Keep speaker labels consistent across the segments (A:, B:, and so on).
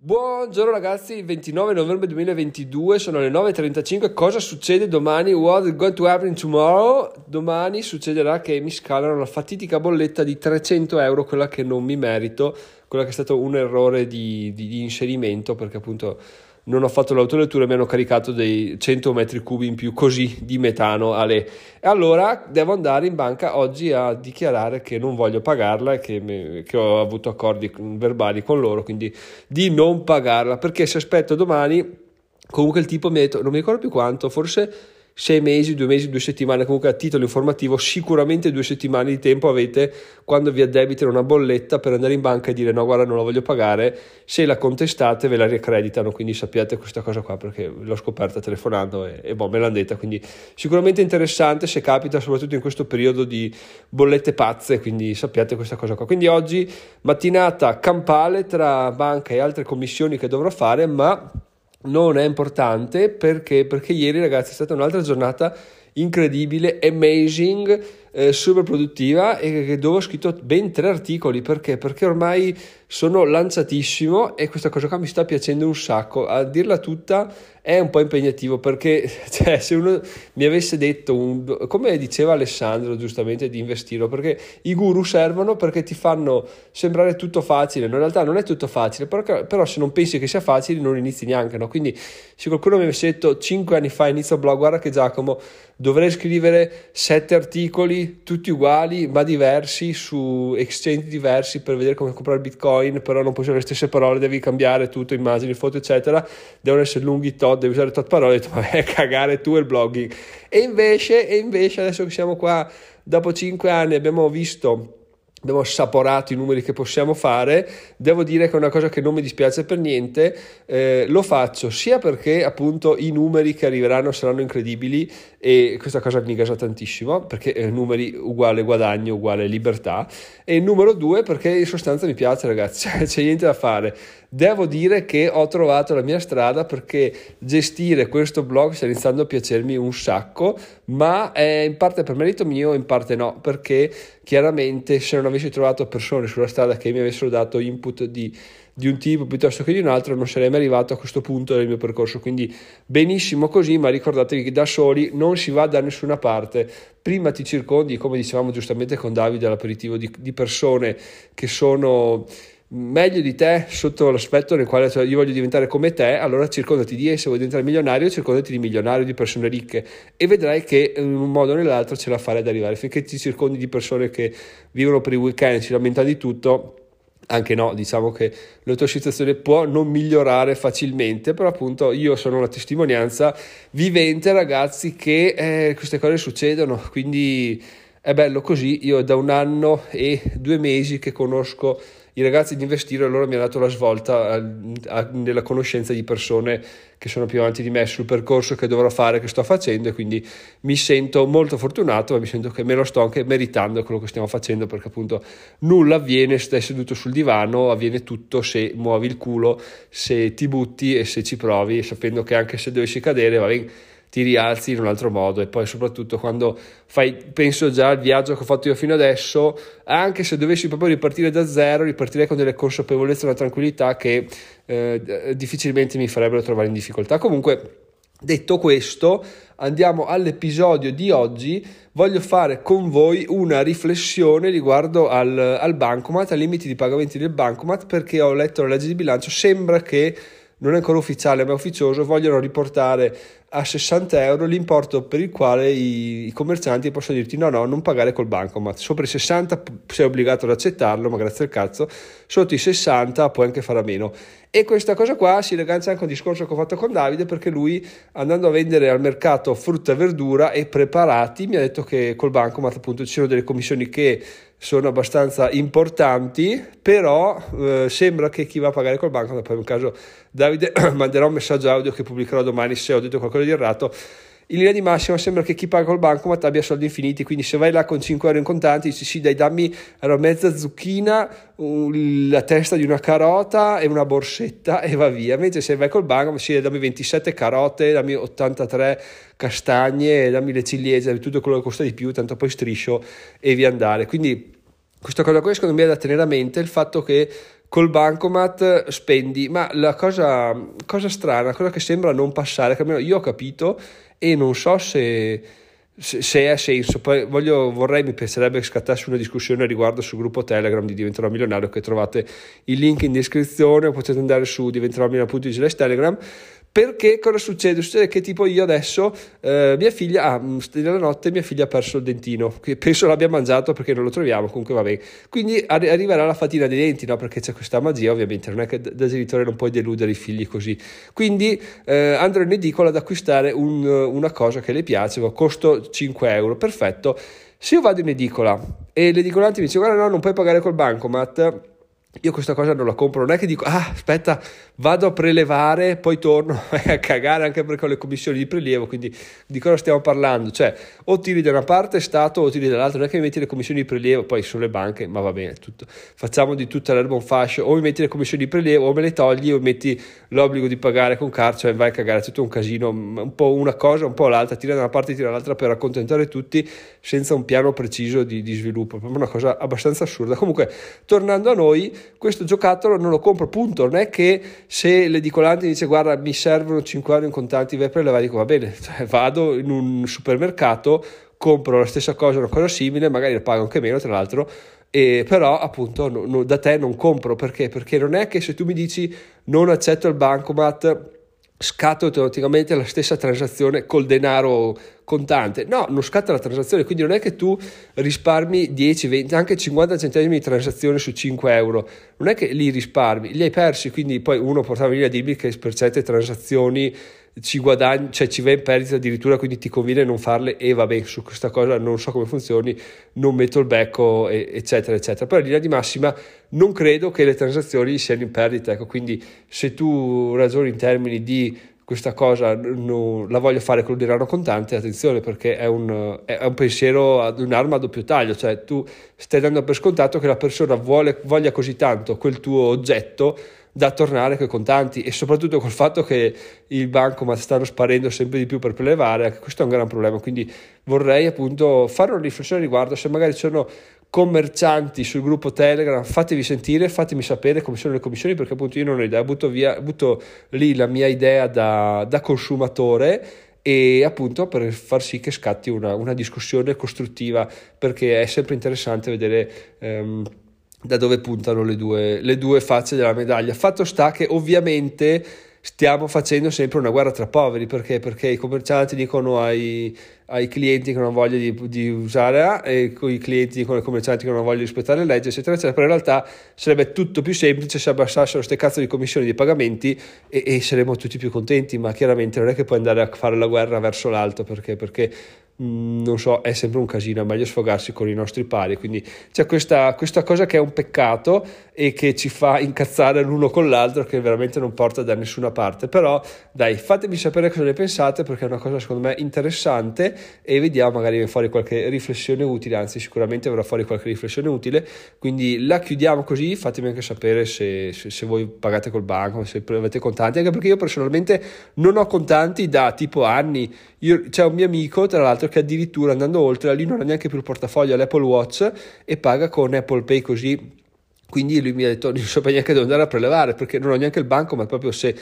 A: Buongiorno ragazzi, il 29 novembre 2022, sono le 9:35. Cosa succede domani? What is going to happen tomorrow? Domani succederà che mi scalano la fatidica bolletta di 300 euro, quella che non mi merito, quella che è stato un errore di inserimento, perché appunto non ho fatto l'autolettura e mi hanno caricato dei 100 metri cubi in più così di metano e allora devo andare in banca oggi a dichiarare che non voglio pagarla e che ho avuto accordi verbali con loro, quindi di non pagarla, perché se aspetto domani comunque il tipo mi ha detto, non mi ricordo più quanto, forse 6 mesi, 2 mesi, 2 settimane, comunque a titolo informativo sicuramente 2 settimane di tempo avete quando vi addebitano una bolletta per andare in banca e dire no guarda non la voglio pagare, se la contestate ve la ricreditano, quindi sappiate questa cosa qua perché l'ho scoperta telefonando e me l'hanno detta, quindi sicuramente interessante se capita, soprattutto in questo periodo di bollette pazze, quindi sappiate questa cosa qua. Quindi oggi mattinata campale tra banca e altre commissioni che dovrò fare, ma non è importante perché ieri ragazzi è stata un'altra giornata incredibile, amazing, super produttiva, e dove ho scritto ben 3 articoli perché ormai sono lanciatissimo e questa cosa qua mi sta piacendo un sacco. A dirla tutta è un po' impegnativo perché cioè, se uno mi avesse detto come diceva Alessandro giustamente, di investire, perché i guru servono perché ti fanno sembrare tutto facile, in realtà non è tutto facile, però se non pensi che sia facile non inizi neanche, no? Quindi se qualcuno mi avesse detto 5 anni fa inizio blog, guarda che Giacomo dovrei scrivere 7 articoli tutti uguali ma diversi su exchange diversi per vedere come comprare bitcoin, però non puoi usare le stesse parole, devi cambiare tutto, immagini, foto eccetera, devono essere lunghi tot, devi usare tot parole, ho detto vabbè cagare tu e il blogging. E invece adesso che siamo qua dopo 5 anni abbiamo assaporato i numeri che possiamo fare, devo dire che è una cosa che non mi dispiace per niente, lo faccio sia perché appunto i numeri che arriveranno saranno incredibili e questa cosa mi gasa tantissimo, perché numeri uguale guadagno uguale libertà, e numero 2 perché in sostanza mi piace ragazzi, c'è niente da fare. Devo dire che ho trovato la mia strada perché gestire questo blog sta iniziando a piacermi un sacco, ma è in parte per merito mio, in parte no, perché chiaramente se non avessi trovato persone sulla strada che mi avessero dato input di un tipo piuttosto che di un altro non sarei mai arrivato a questo punto del mio percorso, quindi benissimo così, ma ricordatevi che da soli non si va da nessuna parte. Prima ti circondi, come dicevamo giustamente con Davide all'aperitivo, di persone che sono meglio di te sotto l'aspetto nel quale io voglio diventare come te, allora circondati di esse. Vuoi diventare milionario, circondati di milionario, di persone ricche, e vedrai che in un modo o nell'altro ce la farai ad arrivare. Finché ti circondi di persone che vivono per i weekend, si lamentano di tutto, anche no, diciamo che la tua situazione può non migliorare facilmente, però appunto io sono una testimonianza vivente ragazzi che queste cose succedono, quindi è bello così. Io da 1 anno e 2 mesi che conosco i ragazzi di Investire, allora mi ha dato la svolta nella conoscenza di persone che sono più avanti di me sul percorso che dovrò fare, che sto facendo, e quindi mi sento molto fortunato, ma mi sento che me lo sto anche meritando quello che stiamo facendo, perché appunto nulla avviene se stai seduto sul divano, avviene tutto se muovi il culo, se ti butti e se ci provi, sapendo che anche se dovessi cadere va bene, ti rialzi in un altro modo. E poi soprattutto quando penso già al viaggio che ho fatto io fino adesso, anche se dovessi proprio ripartire da zero, ripartirei con delle consapevolezze e una tranquillità che difficilmente mi farebbero trovare in difficoltà. Comunque, detto questo, andiamo all'episodio di oggi. Voglio fare con voi una riflessione riguardo al bancomat, ai limiti di pagamenti del bancomat, perché ho letto la legge di bilancio, sembra che non è ancora ufficiale ma è ufficioso, vogliono riportare a 60 euro l'importo per il quale i commercianti possono dirti no, non pagare col bancomat. Sopra i 60 sei obbligato ad accettarlo, ma grazie al cazzo, sotto i 60 puoi anche fare a meno. E questa cosa qua si riaggancia anche a un discorso che ho fatto con Davide, perché lui, andando a vendere al mercato frutta e verdura e preparati, mi ha detto che col bancomat appunto ci sono delle commissioni che sono abbastanza importanti, però sembra che chi va a pagare col bancomat, poi in caso Davide manderò un messaggio audio che pubblicherò domani se ho detto qualcosa di errato. In linea di massima sembra che chi paga col bancomat abbia soldi infiniti, quindi se vai là con 5 euro in contanti dici sì dai, dammi mezza zucchina, la testa di una carota e una borsetta e va via. Mentre se vai col bancomat sì, dammi 27 carote, dammi 83 castagne, dammi le ciliegie, dammi tutto quello che costa di più, tanto poi striscio e via andare. Quindi questa cosa qui secondo me è da tenere a mente, il fatto che col bancomat spendi, ma la cosa strana, cosa che sembra non passare, che almeno io ho capito e non so se ha senso. Poi mi piacerebbe scattasse una discussione a riguardo sul gruppo Telegram di Diventerò Milionario, che trovate il link in descrizione, o potete andare su diventeromilionario.it/Telegram. Perché cosa succede? Succede che tipo io adesso mia figlia nella notte mia figlia ha perso il dentino, che penso l'abbia mangiato perché non lo troviamo, comunque va bene, quindi arriverà la fatina dei denti, no? Perché c'è questa magia, ovviamente non è che da genitore non puoi deludere i figli così, quindi andrò in edicola ad acquistare una cosa che le piace, costo 5 euro, perfetto. Se io vado in edicola e l'edicolante mi dice guarda no, non puoi pagare col bancomat, io questa cosa non la compro, non è che dico aspetta vado a prelevare poi torno a cagare, anche perché ho le commissioni di prelievo, quindi di cosa stiamo parlando? Cioè o tiri da una parte Stato o tiri dall'altra, non è che mi metti le commissioni di prelievo, poi sono le banche, ma va bene, tutto. Facciamo di tutta l'erba un fascio, o mi metti le commissioni di prelievo o me le togli o metti l'obbligo di pagare con card, cioè vai a cagare, è tutto un casino, un po' una cosa un po' l'altra, tira da una parte tira dall'altra per accontentare tutti senza un piano preciso di sviluppo, proprio una cosa abbastanza assurda. Comunque tornando a noi, questo giocattolo non lo compro, punto. Non è che se l'edicolante dice guarda mi servono 5 euro in contanti vai a prelevare, dico va bene, cioè, vado in un supermercato, compro la stessa cosa, una cosa simile, magari la pago anche meno tra l'altro, però appunto da te non compro. Perché non è che se tu mi dici non accetto il bancomat scatta automaticamente la stessa transazione col denaro contante, no, non scatta la transazione, quindi non è che tu risparmi 10, 20, anche 50 centesimi di transazione su 5 euro, non è che li risparmi, li hai persi, quindi poi uno portava lì a dirmi che per certe transazioni ci guadagni, cioè ci va in perdita addirittura, quindi ti conviene non farle, e vabbè, su questa cosa non so come funzioni, non metto il becco eccetera eccetera, però in linea di massima non credo che le transazioni siano in perdita, ecco. Quindi se tu ragioni in termini di questa cosa la voglio fare con il denaro contante, attenzione, perché è un pensiero ad un'arma a doppio taglio, cioè tu stai dando per scontato che la persona voglia così tanto quel tuo oggetto da tornare con i contanti, e soprattutto col fatto che il bancomat stanno sparendo sempre di più per prelevare, anche questo è un gran problema. Quindi vorrei appunto fare una riflessione a riguardo, se magari ci sono commercianti sul gruppo Telegram, fatevi sentire, fatemi sapere come sono le commissioni, perché appunto io non ho idea, butto lì la mia idea da consumatore, e appunto per far sì che scatti una discussione costruttiva, perché è sempre interessante vedere da dove puntano le due facce della medaglia. Fatto sta che ovviamente stiamo facendo sempre una guerra tra poveri, perché i commercianti dicono ai clienti che non hanno voglia di usare e i clienti dicono ai commercianti che non hanno voglia di rispettare le leggi, eccetera eccetera. Però in realtà sarebbe tutto più semplice se abbassassero queste cazzo di commissioni di pagamenti e saremmo tutti più contenti, ma chiaramente non è che puoi andare a fare la guerra verso l'alto, perché non so, è sempre un casino, è meglio sfogarsi con i nostri pari. Quindi c'è questa cosa che è un peccato e che ci fa incazzare l'uno con l'altro, che veramente non porta da nessuna parte. Però dai, fatemi sapere cosa ne pensate, perché è una cosa secondo me interessante, e vediamo, magari viene fuori qualche riflessione utile, anzi sicuramente verrà fuori qualche riflessione utile. Quindi la chiudiamo così, fatemi anche sapere se voi pagate col banco, se avete contanti, anche perché io personalmente non ho contanti da tipo anni. C'è un mio amico tra l'altro che addirittura, andando oltre, lì non ha neanche più il portafoglio all'Apple Watch e paga con Apple Pay così. Quindi lui mi ha detto non so neanche dove andare a prelevare, perché non ho neanche il banco, ma proprio se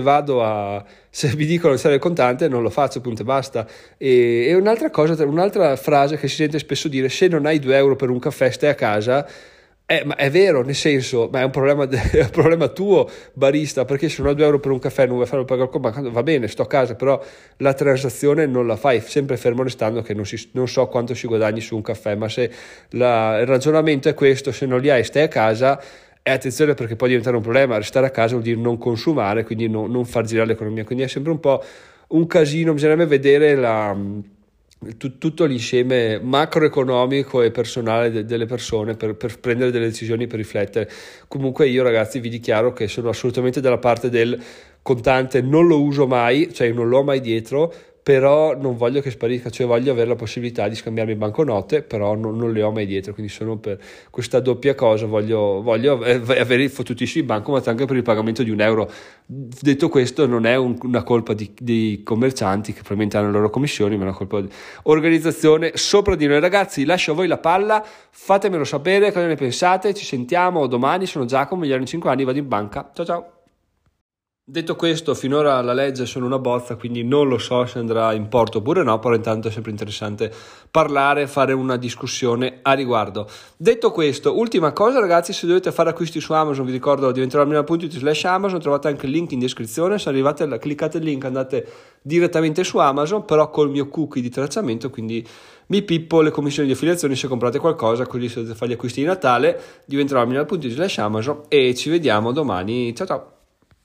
A: mi dicono di serve il contante non lo faccio, punto e basta. E un'altra cosa, un'altra frase che si sente spesso dire: se non hai 2 euro per un caffè stai a casa. Ma è vero, nel senso, ma è un problema tuo, barista, perché se non ho 2 euro per un caffè non vuoi farlo pagare col banco, va bene, sto a casa, però la transazione non la fai, sempre fermo restando che non so quanto si guadagni su un caffè, ma se il ragionamento è questo, se non li hai stai a casa, e attenzione, perché può diventare un problema. Restare a casa vuol dire non consumare, quindi non far girare l'economia, quindi è sempre un po' un casino. Bisognerebbe vedere tutto l'insieme macroeconomico e personale delle persone per prendere delle decisioni, per riflettere. Comunque io, ragazzi, vi dichiaro che sono assolutamente dalla parte del contante, non lo uso mai, cioè non l'ho mai dietro, però non voglio che sparisca, cioè voglio avere la possibilità di scambiarmi banconote, però non le ho mai dietro, quindi sono per questa doppia cosa, voglio avere i fottutissimi bancomat anche per il pagamento di €1. Detto questo, non è una colpa dei commercianti che probabilmente hanno le loro commissioni, ma è una colpa di organizzazione sopra di noi. Ragazzi, lascio a voi la palla, fatemelo sapere cosa ne pensate, ci sentiamo domani. Sono Giacomo, gli anni 5 anni, vado in banca, ciao ciao. Detto questo, finora la legge è solo una bozza, quindi non lo so se andrà in porto oppure no, però intanto è sempre interessante parlare, fare una discussione a riguardo. Detto questo, ultima cosa ragazzi, se dovete fare acquisti su Amazon, vi ricordo diventeròmilano.it/Amazon, trovate anche il link in descrizione, se arrivate, cliccate il link, andate direttamente su Amazon, però col mio cookie di tracciamento, quindi mi pippo le commissioni di affiliazione se comprate qualcosa, così se dovete fare gli acquisti di Natale, diventeròmilano.it/Amazon e ci vediamo domani, ciao ciao!